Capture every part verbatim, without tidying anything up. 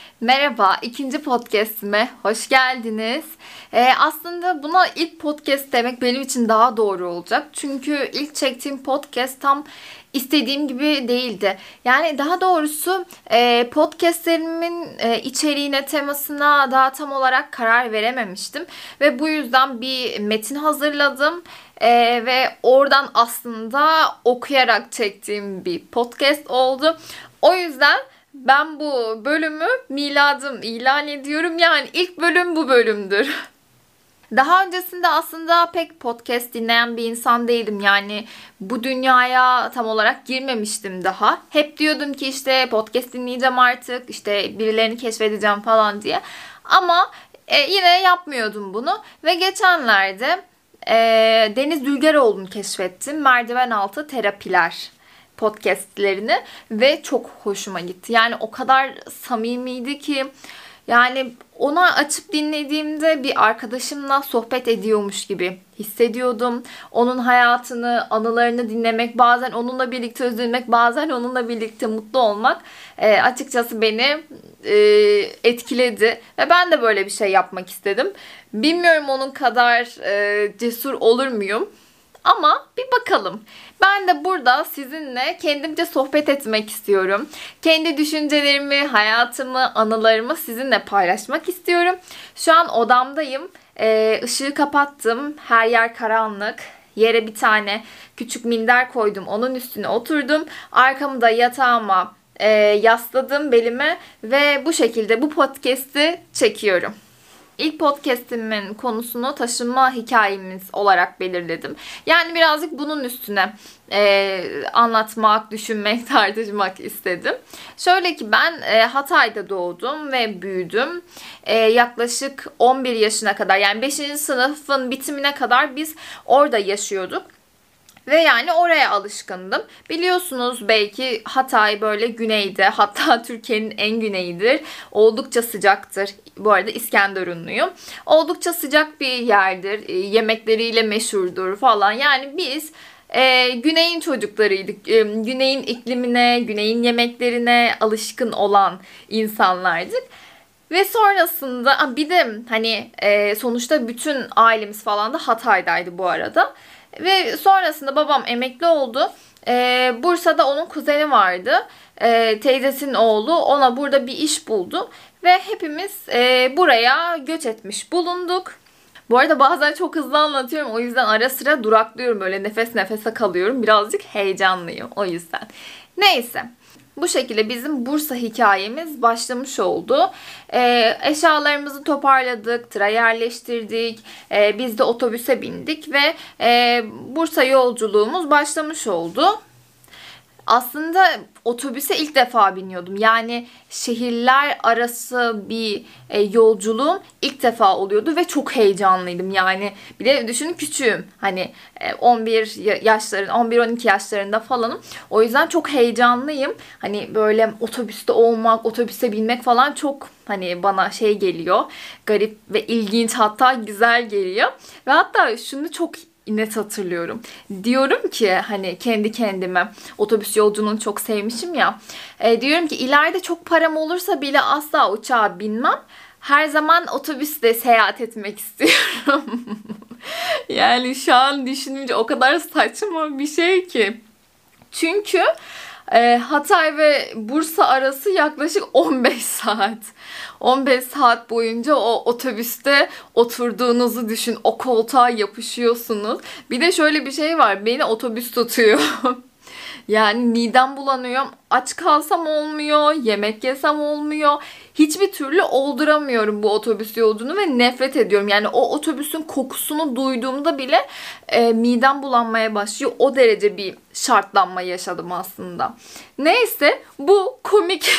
Merhaba, ikinci podcast'ime hoş geldiniz. Ee, aslında buna ilk podcast demek benim için daha doğru olacak. Çünkü ilk çektiğim podcast tam istediğim gibi değildi. Yani daha doğrusu e, podcastlerimin e, içeriğine, temasına daha tam olarak karar verememiştim. Ve bu yüzden bir metin hazırladım. Ee, ve oradan aslında okuyarak çektiğim bir podcast oldu. O yüzden ben bu bölümü miladım ilan ediyorum. Yani ilk bölüm bu bölümdür. Daha öncesinde aslında pek podcast dinleyen bir insan değildim. Yani bu dünyaya tam olarak girmemiştim daha. Hep diyordum ki işte podcast dinleyeceğim artık, işte birilerini keşfedeceğim falan diye. Ama e, yine yapmıyordum bunu. Ve geçenlerde e, Deniz Dülgeroğlu'nu keşfettim. Merdiven Altı Terapiler podcastlerini ve çok hoşuma gitti. Yani o kadar samimiydi ki yani onu açıp dinlediğimde bir arkadaşımla sohbet ediyormuş gibi hissediyordum. Onun hayatını, anılarını dinlemek, bazen onunla birlikte üzülmek, bazen onunla birlikte mutlu olmak e, açıkçası beni e, etkiledi. Ve ben de böyle bir şey yapmak istedim. Bilmiyorum onun kadar e, cesur olur muyum? Ama bir bakalım. Ben de burada sizinle kendimce sohbet etmek istiyorum. Kendi düşüncelerimi, hayatımı, anılarımı sizinle paylaşmak istiyorum. Şu an odamdayım. Ee, ışığı kapattım. Her yer karanlık. Yere bir tane küçük minder koydum. Onun üstüne oturdum. Arkamı da yatağıma e, yasladım belime. Ve bu şekilde bu podcast'i çekiyorum. İlk podcast'imin konusunu taşınma hikayemiz olarak belirledim. Yani birazcık bunun üstüne e, anlatmak, düşünmek, tartışmak istedim. Şöyle ki ben e, Hatay'da doğdum ve büyüdüm. E, yaklaşık on bir yaşına kadar, yani beşinci sınıfın bitimine kadar biz orada yaşıyorduk. Ve yani oraya alışkındım. Biliyorsunuz belki Hatay böyle güneyde, hatta Türkiye'nin en güneyidir. Oldukça sıcaktır. Bu arada İskenderunluyum. Oldukça sıcak bir yerdir. Yemekleriyle meşhurdur falan. Yani biz e, güneyin çocuklarıydık. E, güneyin iklimine, güneyin yemeklerine alışkın olan insanlardık. Ve sonrasında bir de hani e, sonuçta bütün ailemiz falan da Hatay'daydı bu arada. Ve sonrasında babam emekli oldu. Ee, Bursa'da onun kuzeni vardı. Ee, teyzesinin oğlu ona burada bir iş buldu. Ve hepimiz e, buraya göç etmiş bulunduk. Bu arada bazen çok hızlı anlatıyorum. O yüzden ara sıra duraklıyorum. Böyle nefes nefese kalıyorum. Birazcık heyecanlıyım o yüzden. Neyse. Bu şekilde bizim Bursa hikayemiz başlamış oldu. E, eşyalarımızı toparladık, tıra yerleştirdik. E, biz de otobüse bindik ve e, Bursa yolculuğumuz başlamış oldu. Aslında otobüse ilk defa biniyordum. Yani şehirler arası bir e, yolculuğum ilk defa oluyordu ve çok heyecanlıydım. Yani bir de düşünün küçüğüm. Hani e, on bir yaşların, on bir on iki yaşlarında falanım. O yüzden çok heyecanlıyım. Hani böyle otobüste olmak, otobüse binmek falan çok hani bana şey geliyor. Garip ve ilginç, hatta güzel geliyor. Ve hatta şunu çok net hatırlıyorum. Diyorum ki hani kendi kendime, otobüs yolculuğunu çok sevmişim ya. E, diyorum ki ileride çok param olursa bile asla uçağa binmem. Her zaman otobüsle seyahat etmek istiyorum. Yani şu an düşününce o kadar saçma bir şey ki. Çünkü e, Hatay ve Bursa arası yaklaşık on beş saat. on beş saat boyunca o otobüste oturduğunuzu düşün. O koltuğa yapışıyorsunuz. Bir de şöyle bir şey var. Beni otobüs tutuyor. Yani midem bulanıyor. Aç kalsam olmuyor. Yemek yesem olmuyor. Hiçbir türlü olduramıyorum bu otobüs yolculuğunu ve nefret ediyorum. Yani o otobüsün kokusunu duyduğumda bile e, midem bulanmaya başlıyor. O derece bir şartlanma yaşadım aslında. Neyse, bu komik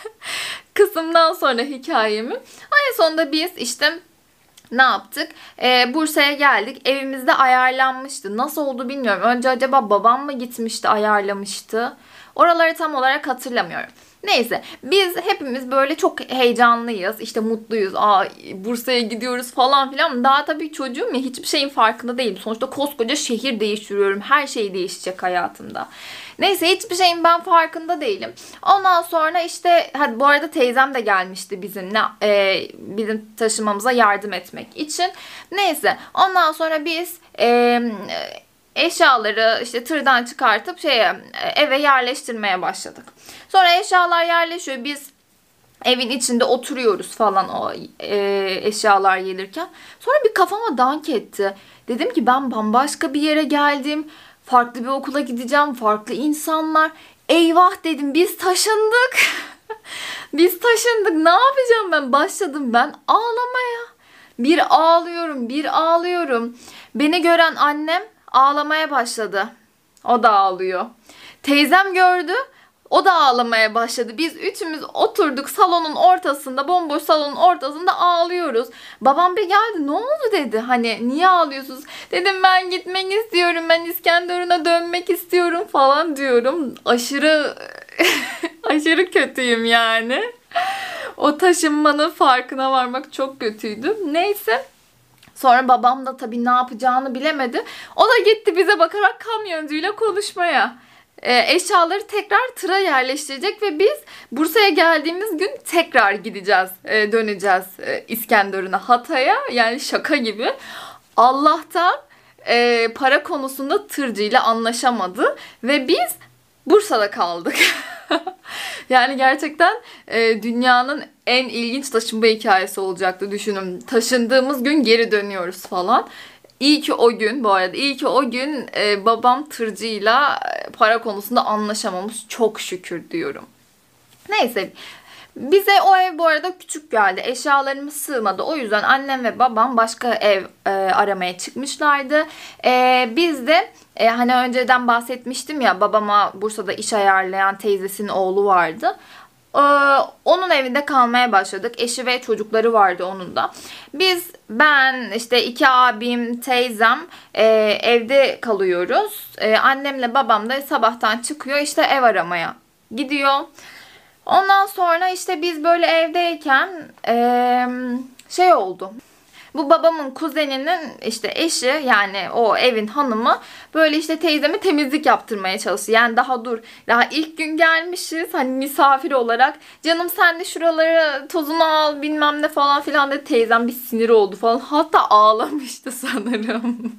kısımdan sonra hikayemi. En sonunda biz işte ne yaptık? Ee, Bursa'ya geldik. Evimizde ayarlanmıştı. Nasıl oldu bilmiyorum. Önce acaba babam mı gitmişti, ayarlamıştı? Oraları tam olarak hatırlamıyorum. Neyse biz hepimiz böyle çok heyecanlıyız. İşte mutluyuz. Aa, Bursa'ya gidiyoruz falan filan. Daha tabii çocuğum ya, hiçbir şeyin farkında değilim. Sonuçta koskoca şehir değiştiriyorum. Her şey değişecek hayatımda. Neyse hiçbir şeyin ben farkında değilim. Ondan sonra işte hadi bu arada teyzem de gelmişti bizimle. E, bizim taşımamıza yardım etmek için. Neyse ondan sonra biz e, eşyaları işte tırdan çıkartıp şeye eve yerleştirmeye başladık. Sonra eşyalar yerleşiyor. Biz evin içinde oturuyoruz falan o e, eşyalar gelirken. Sonra bir kafama dank etti. Dedim ki ben bambaşka bir yere geldim. Farklı bir okula gideceğim. Farklı insanlar. Eyvah dedim, biz taşındık. Biz taşındık. Ne yapacağım ben? Başladım ben ağlamaya. Bir ağlıyorum, bir ağlıyorum. Beni gören annem ağlamaya başladı. O da ağlıyor. Teyzem gördü. O da ağlamaya başladı. Biz üçümüz oturduk salonun ortasında, bomboş salonun ortasında ağlıyoruz. Babam bir geldi. Ne oldu dedi. Hani niye ağlıyorsunuz? Dedim ben gitmek istiyorum. Ben İskenderun'a dönmek istiyorum falan diyorum. Aşırı aşırı kötüyüm yani. O taşınmanın farkına varmak çok kötüydü. Neyse. Sonra babam da tabii ne yapacağını bilemedi. O da gitti bize bakarak kamyoncuyla konuşmaya. E, eşyaları tekrar tıra yerleştirecek ve biz Bursa'ya geldiğimiz gün tekrar gideceğiz, e, döneceğiz e, İskenderun'a, Hatay'a. Yani şaka gibi. Allah'tan e, para konusunda tırcıyla anlaşamadı ve biz Bursa'da kaldık. Yani gerçekten e, dünyanın en ilginç taşınma hikayesi olacaktı, düşünün. Taşındığımız gün geri dönüyoruz falan. İyi ki o gün, bu arada iyi ki o gün e, babam tırcıyla para konusunda anlaşamamış, çok şükür diyorum. Neyse, bize o ev bu arada küçük geldi. Eşyalarımız sığmadı. O yüzden annem ve babam başka ev e, aramaya çıkmışlardı. E, biz de e, hani önceden bahsetmiştim ya, babama Bursa'da iş ayarlayan teyzesinin oğlu vardı. Ee, onun evinde kalmaya başladık. Eşi ve çocukları vardı onun da. Biz, ben, işte iki abim, teyzem e, evde kalıyoruz. E, annemle babam da sabahtan çıkıyor, işte ev aramaya gidiyor. Ondan sonra işte biz böyle evdeyken e, şey oldu. Bu babamın kuzeninin işte eşi, yani o evin hanımı, böyle işte teyzeme temizlik yaptırmaya çalıştı. Yani daha dur, daha ilk gün gelmişiz hani misafir olarak. Canım sen de şuraları tozunu al bilmem ne falan filan dedi. Teyzem bir sinir oldu falan. Hatta ağlamıştı sanırım.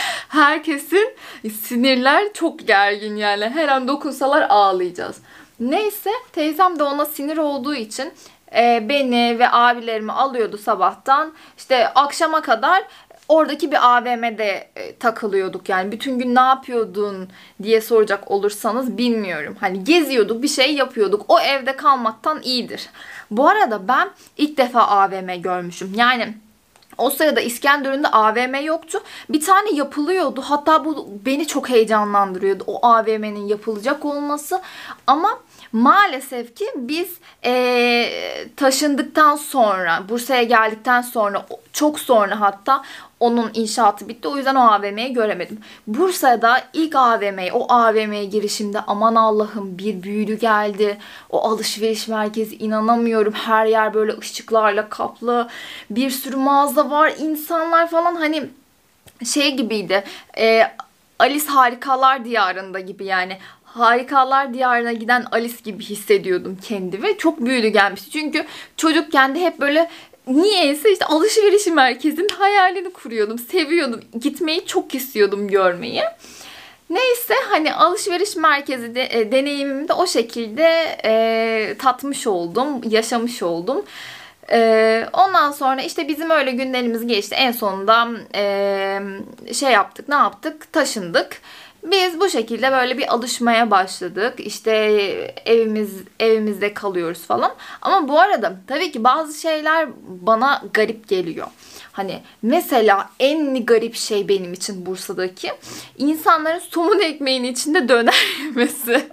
Herkesin sinirler çok gergin yani. Her an dokunsalar ağlayacağız. Neyse teyzem de ona sinir olduğu için beni ve abilerimi alıyordu sabahtan. İşte akşama kadar oradaki bir A V M'de takılıyorduk. Yani bütün gün ne yapıyordun diye soracak olursanız bilmiyorum. Hani geziyorduk, bir şey yapıyorduk. O evde kalmaktan iyidir. Bu arada ben ilk defa A V M görmüşüm. Yani o sırada İskenderun'da A V M yoktu. Bir tane yapılıyordu. Hatta bu beni çok heyecanlandırıyordu. O A V M'nin yapılacak olması. Ama maalesef ki biz ee, taşındıktan sonra, Bursa'ya geldikten sonra, çok sonra hatta onun inşaatı bitti. O yüzden o A V M'yi göremedim. Bursa'da ilk A V M'ye, o A V M'ye girişimde aman Allah'ım bir büyülü geldi. O alışveriş merkezi, inanamıyorum. Her yer böyle ışıklarla kaplı. Bir sürü mağaza var, insanlar falan, hani şey gibiydi. E, Alice Harikalar Diyarı'nda gibi yani. Harikalar Diyarı'na giden Alice gibi hissediyordum kendimi. Çok büyülü gelmişti. Çünkü çocukken de hep böyle niyeyse işte alışveriş merkezinin hayalini kuruyordum. Seviyordum. Gitmeyi çok istiyordum, görmeyi. Neyse hani alışveriş merkezi de, e, deneyimimi de o şekilde e, tatmış oldum. Yaşamış oldum. E, ondan sonra işte bizim öyle günlerimiz geçti. En sonunda e, şey yaptık, ne yaptık? Taşındık. Biz bu şekilde böyle bir alışmaya başladık. İşte evimiz evimizde kalıyoruz falan. Ama bu arada tabii ki bazı şeyler bana garip geliyor. Hani mesela en garip şey benim için Bursa'daki insanların somun ekmeğin içinde döner yemesi.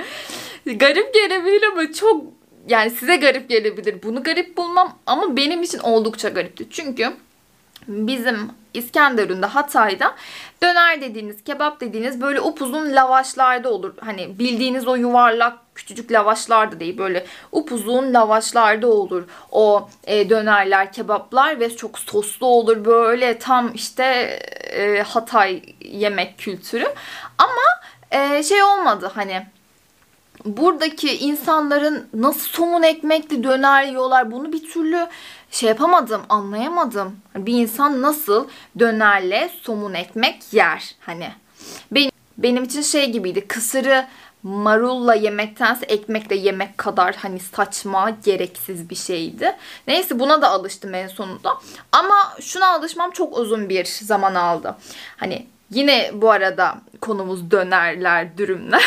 Garip gelebilir ama çok, yani size garip gelebilir. Bunu garip bulmam ama benim için oldukça garipti. Çünkü Bizim İskenderun'da, Hatay'da döner dediğiniz, kebap dediğiniz böyle upuzun lavaşlarda olur. Hani bildiğiniz o yuvarlak küçücük lavaşlarda değil, böyle upuzun lavaşlarda olur o e, dönerler, kebaplar ve çok soslu olur, böyle tam işte e, Hatay yemek kültürü. Ama e, şey olmadı, hani buradaki insanların nasıl somun ekmekli döner yiyorlar, bunu bir türlü şey yapamadım, anlayamadım. Bir insan nasıl dönerle somun ekmek yer? Hani benim, benim için şey gibiydi. Kısırı marulla yemektense ekmekle yemek kadar hani saçma, gereksiz bir şeydi. Neyse, buna da alıştım en sonunda. Ama şuna alışmam çok uzun bir zaman aldı. Hani yine bu arada konumuz dönerler, dürümler.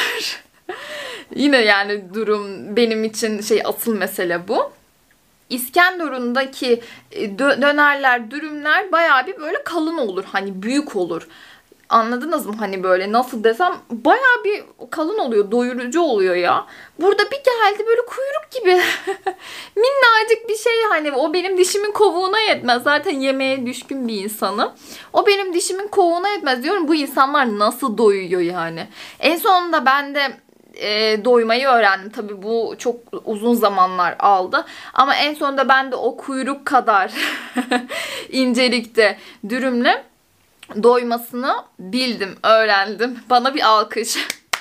Yine yani durum benim için şey, asıl mesele bu. İskenderun'daki dönerler, dürümler bayağı bir böyle kalın olur. Hani büyük olur. Anladınız mı? Hani böyle nasıl desem, bayağı bir kalın oluyor. Doyurucu oluyor ya. Burada bir geldi böyle kuyruk gibi. Minnacık bir şey, hani o benim dişimin kovuğuna yetmez. Zaten yemeğe düşkün bir insanım. O benim dişimin kovuğuna yetmez. Diyorum, bu insanlar nasıl doyuyor yani. En sonunda ben de E, doymayı öğrendim. Tabii bu çok uzun zamanlar aldı. Ama en sonunda ben de o kuyruk kadar incelikte dürümle doymasını bildim, öğrendim. Bana bir alkış.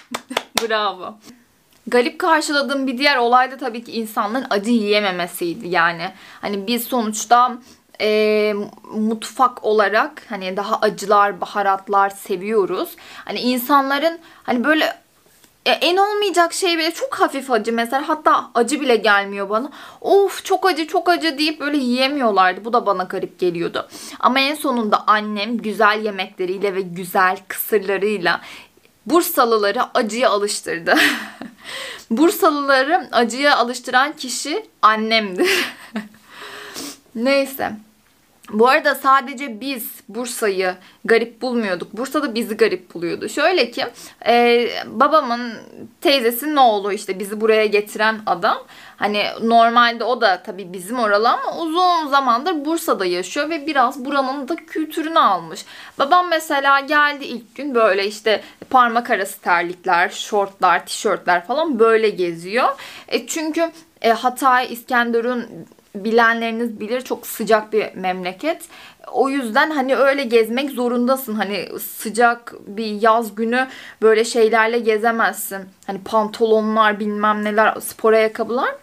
Bravo. Garip karşıladığım bir diğer olay da tabii ki insanların acı yiyememesiydi. Yani hani biz sonuçta e, mutfak olarak hani daha acılar, baharatlar seviyoruz. Hani insanların hani böyle E, en olmayacak şey bile çok hafif acı mesela, hatta acı bile gelmiyor bana. Of, çok acı çok acı deyip böyle yiyemiyorlardı. Bu da bana garip geliyordu. Ama en sonunda annem güzel yemekleriyle ve güzel kısırlarıyla Bursalıları acıya alıştırdı. Bursalıları acıya alıştıran kişi annemdir. Neyse. Bu arada sadece biz Bursa'yı garip bulmuyorduk. Bursa da bizi garip buluyordu. Şöyle ki e, babamın teyzesinin oğlu işte bizi buraya getiren adam. Hani normalde o da tabii bizim oralı ama uzun zamandır Bursa'da yaşıyor ve biraz buranın da kültürünü almış. Babam mesela geldi ilk gün böyle işte parmak arası terlikler, şortlar, tişörtler falan böyle geziyor. E çünkü e, Hatay, İskenderun, bilenleriniz bilir, çok sıcak bir memleket. O yüzden hani öyle gezmek zorundasın. Hani sıcak bir yaz günü böyle şeylerle gezemezsin. Hani pantolonlar, bilmem neler, spor ayakkabılar.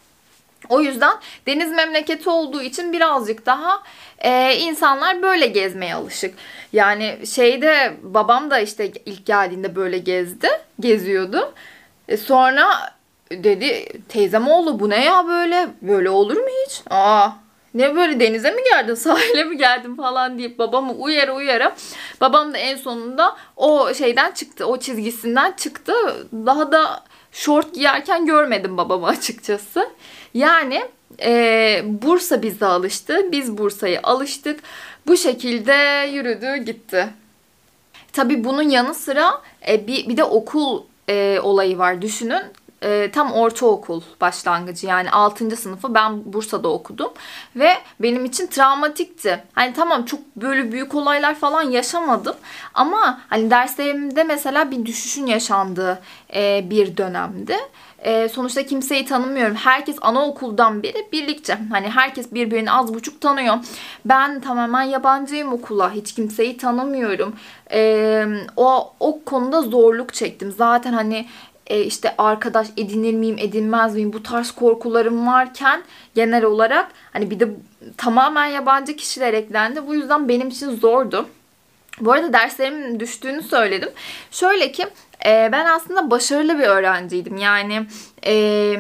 O yüzden deniz memleketi olduğu için birazcık daha e, insanlar böyle gezmeye alışık. Yani şeyde babam da işte ilk geldiğinde böyle gezdi, geziyordu. E, sonra dedi teyzem oğlu, bu ne ya böyle? Böyle olur mu hiç? Aa, ne böyle, denize mi geldin, sahile mi geldin falan deyip babamı uyara uyara. Babam da en sonunda o şeyden çıktı, o çizgisinden çıktı. Daha da şort giyerken görmedim babamı açıkçası. Yani e, Bursa bize alıştı, biz Bursa'ya alıştık. Bu şekilde yürüdü gitti. Tabii bunun yanı sıra e, bir, bir de okul e, olayı var, düşünün. E, tam ortaokul başlangıcı, yani altıncı sınıfı ben Bursa'da okudum ve benim için travmatikti. Hani tamam, çok böyle büyük olaylar falan yaşamadım ama hani derslerimde mesela bir düşüşün yaşandığı e, bir dönemdi. E, sonuçta kimseyi tanımıyorum. Herkes anaokuldan beri birlikte. Hani herkes birbirini az buçuk tanıyor. Ben tamamen yabancıyım okula. Hiç kimseyi tanımıyorum. E, o, o konuda zorluk çektim. Zaten hani e, işte arkadaş edinir miyim, edinmez miyim, bu tarz korkularım varken genel olarak hani bir de tamamen yabancı kişiler eklendi. Bu yüzden benim için zordu. Bu arada derslerimin düştüğünü söyledim. Şöyle ki e, ben aslında başarılı bir öğrenciydim. Yani e,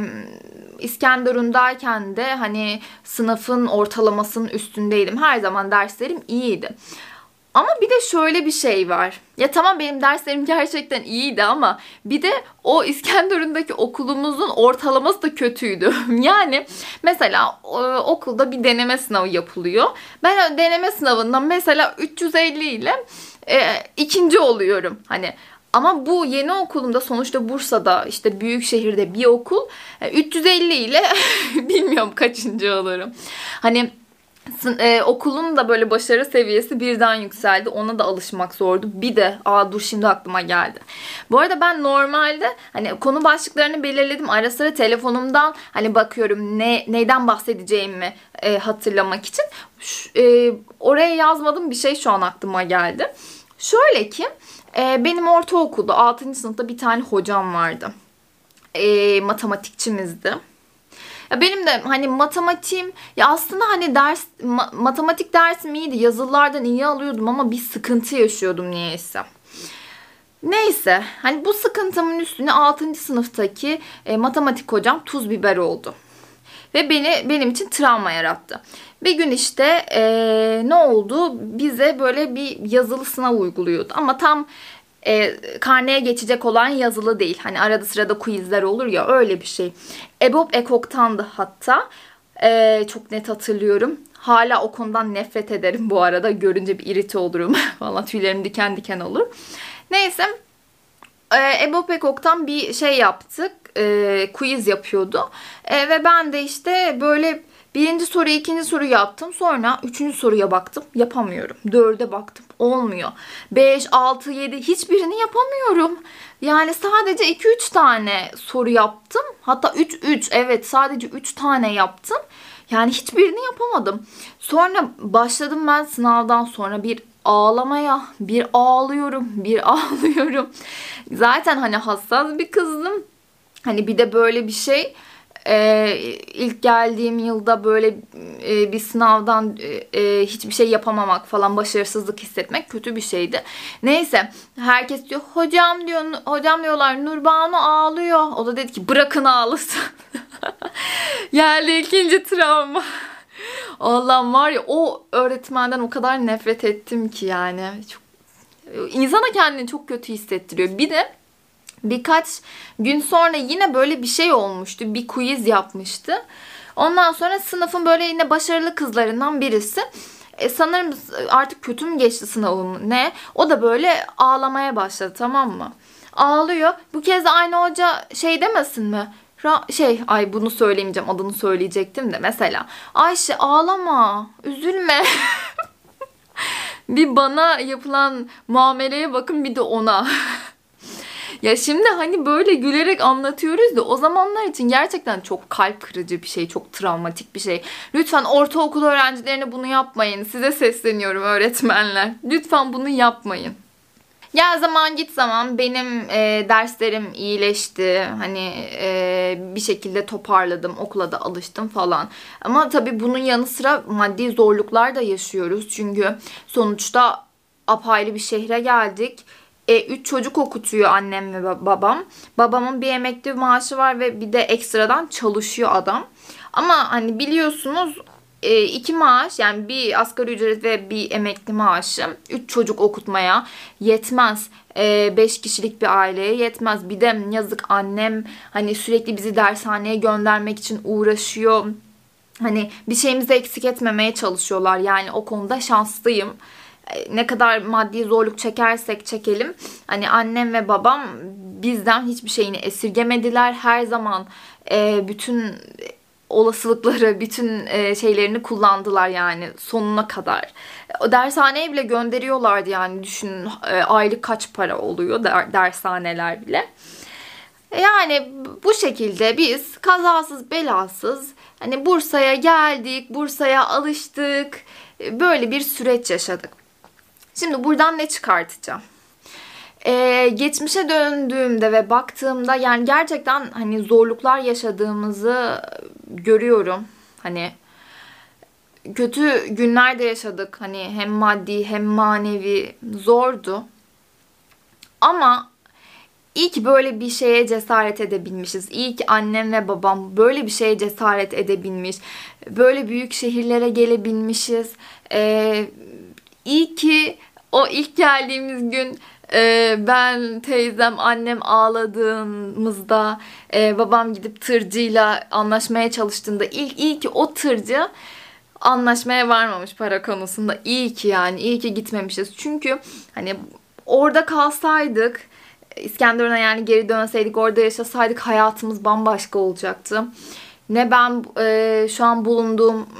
İskenderun'dayken de hani sınıfın ortalamasının üstündeydim. Her zaman derslerim iyiydi. Ama bir de şöyle bir şey var. Ya tamam, benim derslerim gerçekten iyiydi ama bir de o İskenderun'daki okulumuzun ortalaması da kötüydü. Yani mesela okulda bir deneme sınavı yapılıyor. Ben o deneme sınavından mesela üç yüz elli ile e, ikinci oluyorum. Hani ama bu yeni okulumda, sonuçta Bursa'da işte büyük şehirde bir okul, üç yüz elli ile bilmiyorum kaçıncı olurum. Hani Sın- e, okulun da böyle başarı seviyesi birden yükseldi. Ona da alışmak zordu. Bir de aa dur şimdi aklıma geldi. Bu arada ben normalde hani konu başlıklarını belirledim. Ara sıra telefonumdan hani bakıyorum ne neyden bahsedeceğimi e, hatırlamak için. Şu, e, oraya yazmadığım bir şey şu an aklıma geldi. Şöyle ki e, benim ortaokulda altıncı sınıfta bir tane hocam vardı. E, matematikçimizdi. Ya benim de hani matematiğim ya aslında hani ders ma- matematik dersim iyiydi. Yazılılardan iyi alıyordum ama bir sıkıntı yaşıyordum niyeyse. Neyse hani bu sıkıntımın üstüne altıncı sınıftaki e, matematik hocam tuz biber oldu. Ve beni benim için travma yarattı. Bir gün işte e, ne oldu? Bize böyle bir yazılı sınav uyguluyordu. Ama tam e, karneye geçecek olan yazılı değil. Hani arada sırada quizler olur ya öyle bir şey. EBOB Ekok'tandı hatta. E, çok net hatırlıyorum. Hala o konudan nefret ederim bu arada. Görünce bir irite olurum. Valla tüylerim diken diken olur. Neyse. E, EBOB Ekok'tan bir şey yaptık. E, quiz yapıyordu. E, ve ben de işte böyle birinci soru, ikinci soru yaptım. Sonra üçüncü soruya baktım. Yapamıyorum. Dörde baktım. Olmuyor. Beş, altı, yedi hiçbirini yapamıyorum. Yani sadece iki üç tane soru yaptım. Hatta üç üç evet sadece üç tane yaptım. Yani hiçbirini yapamadım. Sonra başladım ben sınavdan sonra bir ağlamaya. Bir ağlıyorum, bir ağlıyorum. Zaten hani hassas bir kızdım. Hani bir de böyle bir şey. Ee, ilk geldiğim yılda böyle e, bir sınavdan e, e, hiçbir şey yapamamak falan, başarısızlık hissetmek kötü bir şeydi. Neyse herkes diyor hocam diyor hocam diyorlar Nurbanu ağlıyor. O da dedi ki bırakın ağlasın. Geldi ikinci travma. Allah'ım var ya o öğretmenden o kadar nefret ettim ki yani. Çok, insana kendini çok kötü hissettiriyor. Bir de birkaç gün sonra yine böyle bir şey olmuştu. Bir quiz yapmıştı. Ondan sonra sınıfın böyle yine başarılı kızlarından birisi. E, sanırım artık kötü mü geçti sınavım ne? O da böyle ağlamaya başladı, tamam mı? Ağlıyor. Bu kez de aynı hoca şey demesin mi? Ra- şey ay bunu söylemeyeceğim, adını söyleyecektim de mesela. Ayşe ağlama, üzülme. Bir bana yapılan muameleye bakın bir de ona. Ya şimdi hani böyle gülerek anlatıyoruz da o zamanlar için gerçekten çok kalp kırıcı bir şey, çok travmatik bir şey. Lütfen ortaokul öğrencilerine bunu yapmayın. Size sesleniyorum öğretmenler. Lütfen bunu yapmayın. Gel zaman git zaman benim e, derslerim iyileşti. Hani e, bir şekilde toparladım, okula da alıştım falan. Ama tabii bunun yanı sıra maddi zorluklar da yaşıyoruz. Çünkü sonuçta apayrı bir şehre geldik. E, üç çocuk okutuyor annem ve babam. Babamın bir emekli maaşı var ve bir de ekstradan çalışıyor adam. Ama hani biliyorsunuz e, iki maaş, yani bir asgari ücret ve bir emekli maaşı üç çocuk okutmaya yetmez. E, beş kişilik bir aileye yetmez. Bir de yazık annem hani sürekli bizi dershaneye göndermek için uğraşıyor. Hani bir şeyimizi eksik etmemeye çalışıyorlar. Yani o konuda şanslıyım. Ne kadar maddi zorluk çekersek çekelim, hani annem ve babam bizden hiçbir şeyini esirgemediler. Her zaman e, bütün olasılıkları, bütün e, şeylerini kullandılar yani sonuna kadar. O dershaneye bile gönderiyorlardı yani, düşünün e, aylık kaç para oluyor der, dershaneler bile. Yani bu şekilde biz kazasız belasız hani Bursa'ya geldik, Bursa'ya alıştık, böyle bir süreç yaşadık. Şimdi buradan ne çıkartacağım? Ee, geçmişe döndüğümde ve baktığımda yani gerçekten hani zorluklar yaşadığımızı görüyorum. Hani kötü günler de yaşadık. Hani hem maddi hem manevi zordu. Ama iyi ki böyle bir şeye cesaret edebilmişiz. İyi ki annem ve babam böyle bir şeye cesaret edebilmiş. Böyle büyük şehirlere gelebilmişiz. Ee, iyi ki o ilk geldiğimiz gün e, ben, teyzem, annem ağladığımızda, e, babam gidip tırcıyla anlaşmaya çalıştığında, ilk iyi ki o tırcı anlaşmaya varmamış para konusunda. İyi ki yani, iyi ki gitmemişiz. Çünkü hani orada kalsaydık, İskenderun'a yani geri dönseydik, orada yaşasaydık hayatımız bambaşka olacaktı. Ne ben e, şu an bulunduğum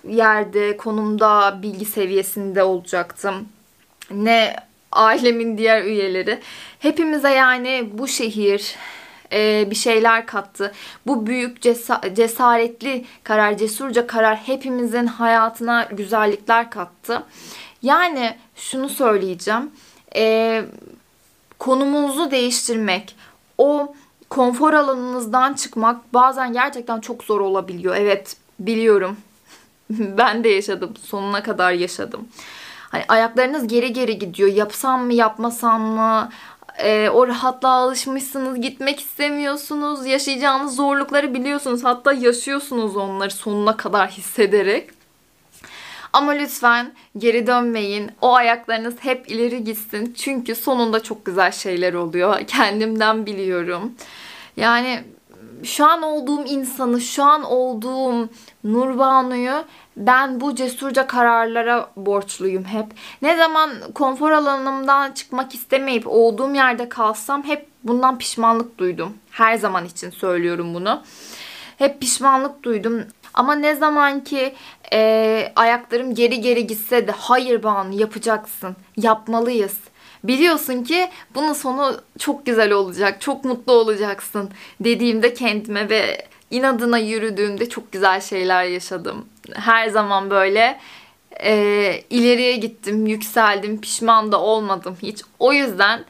yerde, konumda, bilgi seviyesinde olacaktım. Ne ailemin diğer üyeleri. Hepimize yani bu şehir e, bir şeyler kattı. Bu büyük cesa- cesaretli karar, cesurca karar hepimizin hayatına güzellikler kattı. Yani şunu söyleyeceğim. E, konumunuzu değiştirmek, o konfor alanınızdan çıkmak bazen gerçekten çok zor olabiliyor. Evet, biliyorum. Ben de yaşadım. Sonuna kadar yaşadım. Hani ayaklarınız geri geri gidiyor. Yapsam mı, yapmasam mı? Ee, o rahatlığa alışmışsınız, gitmek istemiyorsunuz. Yaşayacağınız zorlukları biliyorsunuz. Hatta yaşıyorsunuz onları sonuna kadar hissederek. Ama lütfen geri dönmeyin. O ayaklarınız hep ileri gitsin. Çünkü sonunda çok güzel şeyler oluyor. Kendimden biliyorum. Yani şu an olduğum insanı, şu an olduğum Nurbanu'yu ben bu cesurca kararlara borçluyum hep. Ne zaman konfor alanımdan çıkmak istemeyip olduğum yerde kalsam hep bundan pişmanlık duydum. Her zaman için söylüyorum bunu. Hep pişmanlık duydum. Ama ne zaman ki e, ayaklarım geri geri gitse de hayır Banu yapacaksın, yapmalıyız. Biliyorsun ki bunun sonu çok güzel olacak, çok mutlu olacaksın dediğimde kendime ve inadına yürüdüğümde çok güzel şeyler yaşadım. Her zaman böyle e, ileriye gittim, yükseldim, pişman da olmadım hiç. O yüzden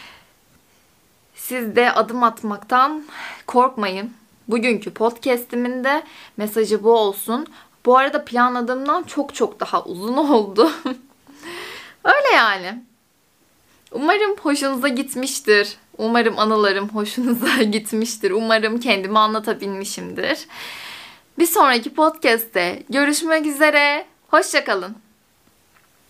siz de adım atmaktan korkmayın. Bugünkü podcast'imin de mesajı bu olsun. Bu arada planladığımdan çok çok daha uzun oldu. Öyle yani. Umarım hoşunuza gitmiştir. Umarım anılarım hoşunuza gitmiştir. Umarım kendimi anlatabilmişimdir. Bir sonraki podcast'te görüşmek üzere. Hoşça kalın.